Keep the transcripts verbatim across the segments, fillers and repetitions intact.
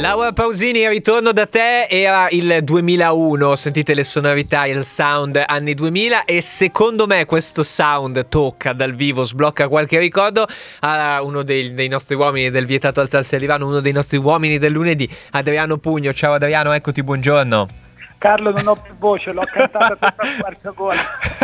Laura Pausini, ritorno da te. Era il duemilauno, sentite le sonorità, il sound anni duemila, e secondo me questo sound tocca dal vivo, sblocca qualche ricordo a uno dei, dei nostri uomini del Vietato Alzarsi al Divano, uno dei nostri uomini del lunedì, Adriano Pugno. Ciao Adriano, eccoti, buongiorno. Carlo, non ho più voce, l'ho cantata tutta a quarta gola.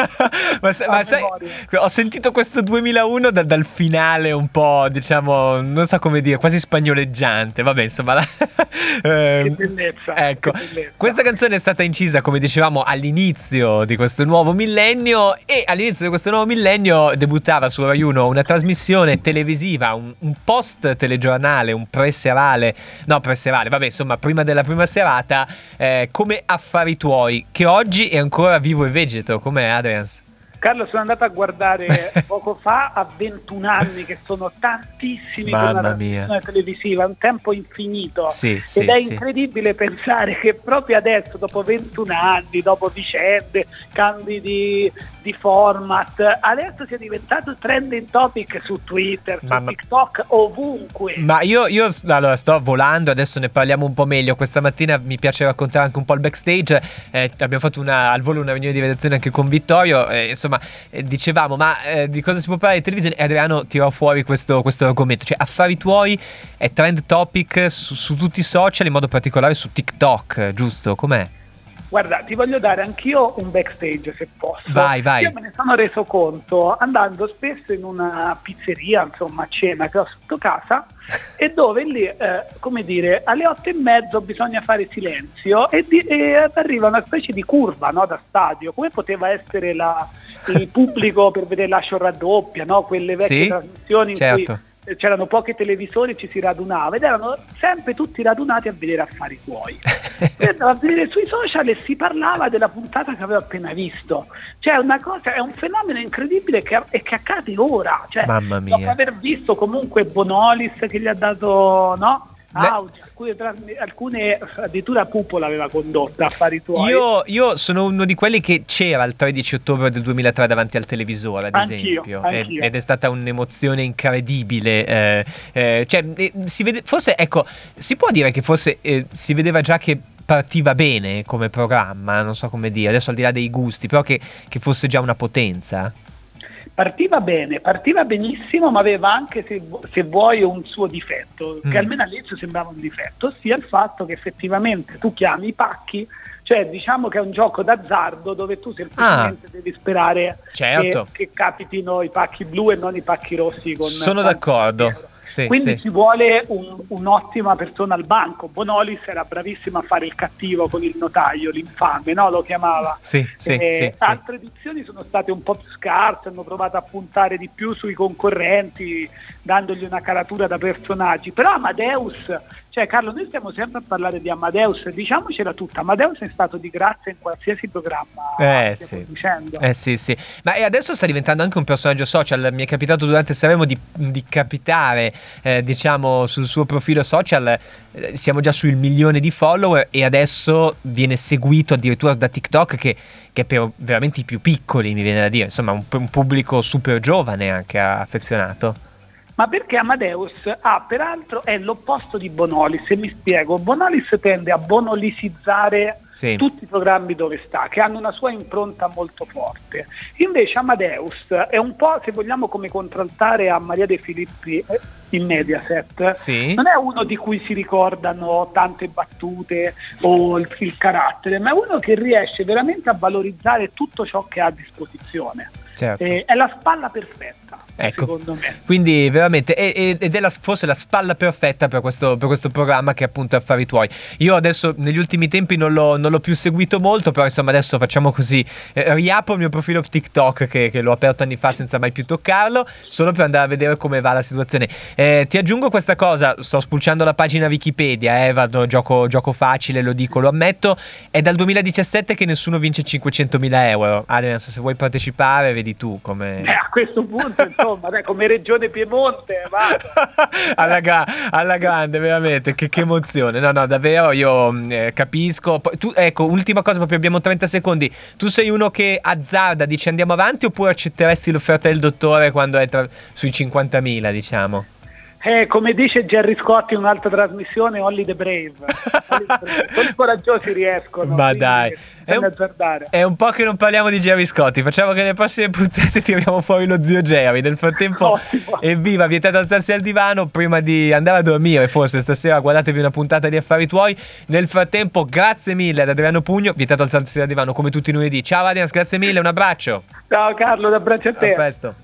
ma, se, ma sai, ho sentito questo duemilauno da, dal finale un po', diciamo, non so come dire, quasi spagnoleggiante. Vabbè, insomma, la, eh, che bellezza. Ecco, che bellezza. Questa canzone è stata incisa, come dicevamo, all'inizio di questo nuovo millennio, e all'inizio di questo nuovo millennio debuttava su Rai uno una trasmissione televisiva, un, un post telegiornale, un pre-serale, no pre-serale, vabbè, insomma, prima della prima serata, eh, come Affari Tuoi, che oggi è ancora vivo e vegeto. Com'è, Adrians? Carlo, sono andato a guardare poco fa, a ventuno anni, che sono tantissimi per una trasmissione televisiva, un tempo infinito. Sì, ed sì, è sì. incredibile pensare che proprio adesso, dopo ventuno anni, dopo vicende, cambi di, di format, adesso sia diventato trending topic su Twitter, su ma, TikTok, ovunque. Ma io, io allora, sto volando, adesso ne parliamo un po' meglio. Questa mattina mi piace raccontare anche un po' il backstage. Eh, abbiamo fatto una, al volo una riunione di redazione anche con Vittorio, eh, insomma, eh, dicevamo, ma eh, di cosa si può parlare in televisione? E Adriano tirò fuori questo, questo argomento, cioè Affari Tuoi è trend topic su, su tutti i social, in modo particolare su TikTok, giusto? Com'è? Guarda, ti voglio dare anch'io un backstage, se posso. Vai, vai. Io me ne sono reso conto andando spesso in una pizzeria, insomma, a cena che ho sotto casa, e dove lì, eh, come dire, alle otto e mezzo bisogna fare silenzio e, di, e arriva una specie di curva, no, da stadio, come poteva essere la, il pubblico per vedere la show raddoppia, no? Quelle vecchie sì, trasmissioni in certo. cui c'erano pochi televisori, ci si radunava ed erano sempre tutti radunati a vedere Affari Tuoi. A vedere sui social e si parlava della puntata che avevo appena visto. Cioè, una cosa, è un fenomeno incredibile che, e che accade ora. Cioè, mamma mia. dopo aver visto comunque Bonolis che gli ha dato, no? Auge, alcune, alcune addirittura Pupo l'aveva condotta, Affari Tuoi. Io, io sono uno di quelli che c'era il tredici ottobre del duemilatré davanti al televisore, ad anch'io, esempio, anch'io. Ed, ed è stata un'emozione incredibile. Eh, eh, cioè, eh, si vede, forse, ecco, si può dire che forse eh, si vedeva già che partiva bene come programma, non so come dire, adesso al di là dei gusti, però che, che fosse già una potenza. Partiva bene, partiva benissimo, ma aveva anche, se, se vuoi, un suo difetto, mm. che almeno all'inizio sembrava un difetto, ossia il fatto che effettivamente tu chiami i pacchi, cioè diciamo che è un gioco d'azzardo dove tu semplicemente ah, devi sperare certo. che, che capitino i pacchi blu e non i pacchi rossi. Con Sono d'accordo. Sì, quindi sì. ci vuole un, un'ottima persona al banco. Bonolis era bravissimo a fare il cattivo con il notaio, l'infame, no? Lo chiamava. Sì, sì, eh, sì, altre sì. edizioni sono state un po' più scarse, hanno provato a puntare di più sui concorrenti, dandogli una caratura da personaggi. Però Amadeus, cioè Carlo, noi stiamo sempre a parlare di Amadeus, diciamocela tutta, Amadeus è stato di grazia in qualsiasi programma eh, che sì. dicendo. Eh sì, sì. Ma e adesso sta diventando anche un personaggio social. Mi è capitato durante Sanremo di, di capitare, eh, diciamo, sul suo profilo social. Eh, siamo già sul milione di follower e adesso viene seguito addirittura da TikTok, che, che è per veramente i più piccoli, mi viene da dire. Insomma, un, un pubblico super giovane anche affezionato. Ma perché Amadeus ha, peraltro, è l'opposto di Bonolis, e mi spiego. Bonolis tende a bonolisizzare sì. tutti i programmi dove sta, che hanno una sua impronta molto forte. Invece Amadeus è un po', se vogliamo, come contraltare a Maria De Filippi in Mediaset. Sì. Non è uno di cui si ricordano tante battute o il, il carattere, ma è uno che riesce veramente a valorizzare tutto ciò che ha a disposizione. Certo. Eh, è la spalla perfetta, ecco. secondo me. Quindi veramente ed è la, forse la spalla perfetta per questo, per questo programma, che appunto è Affari Tuoi. Io adesso negli ultimi tempi non l'ho, non l'ho più seguito molto, però insomma adesso facciamo così, eh, riapro il mio profilo TikTok che, che l'ho aperto anni fa senza mai più toccarlo, solo per andare a vedere come va la situazione. Eh, ti aggiungo questa cosa, sto spulciando la pagina Wikipedia, eh, vado, gioco, gioco facile, lo dico, lo ammetto, è dal duemiladiciassette che nessuno vince cinquecentomila euro. Adrian, se vuoi partecipare vedi tu come... Eh, a questo punto insomma dai, come Regione Piemonte alla, ga- alla grande, veramente, che, che emozione. No no davvero, io eh, capisco. Poi, tu, ecco, ultima cosa, proprio abbiamo trenta secondi. Tu sei uno che azzarda, dice andiamo avanti, oppure accetteresti l'offerta del dottore quando è tra- sui cinquantamila, diciamo? Eh, come dice Gerry Scotti in un'altra trasmissione, Only the Brave. Only the brave. Solo i coraggiosi riescono. Ma dai, è un, è un po' che non parliamo di Gerry Scotti. Facciamo che nelle prossime puntate tiriamo fuori lo zio Jerry. Nel frattempo, ottimo. Evviva, vietato alzarsi al divano. Prima di andare a dormire, forse stasera guardatevi una puntata di Affari Tuoi. Nel frattempo, grazie mille ad Adriano Pugno, vietato alzarsi al divano come tutti i lunedì. Ciao Adrian, grazie mille, un abbraccio. Ciao Carlo, un abbraccio a te. A presto.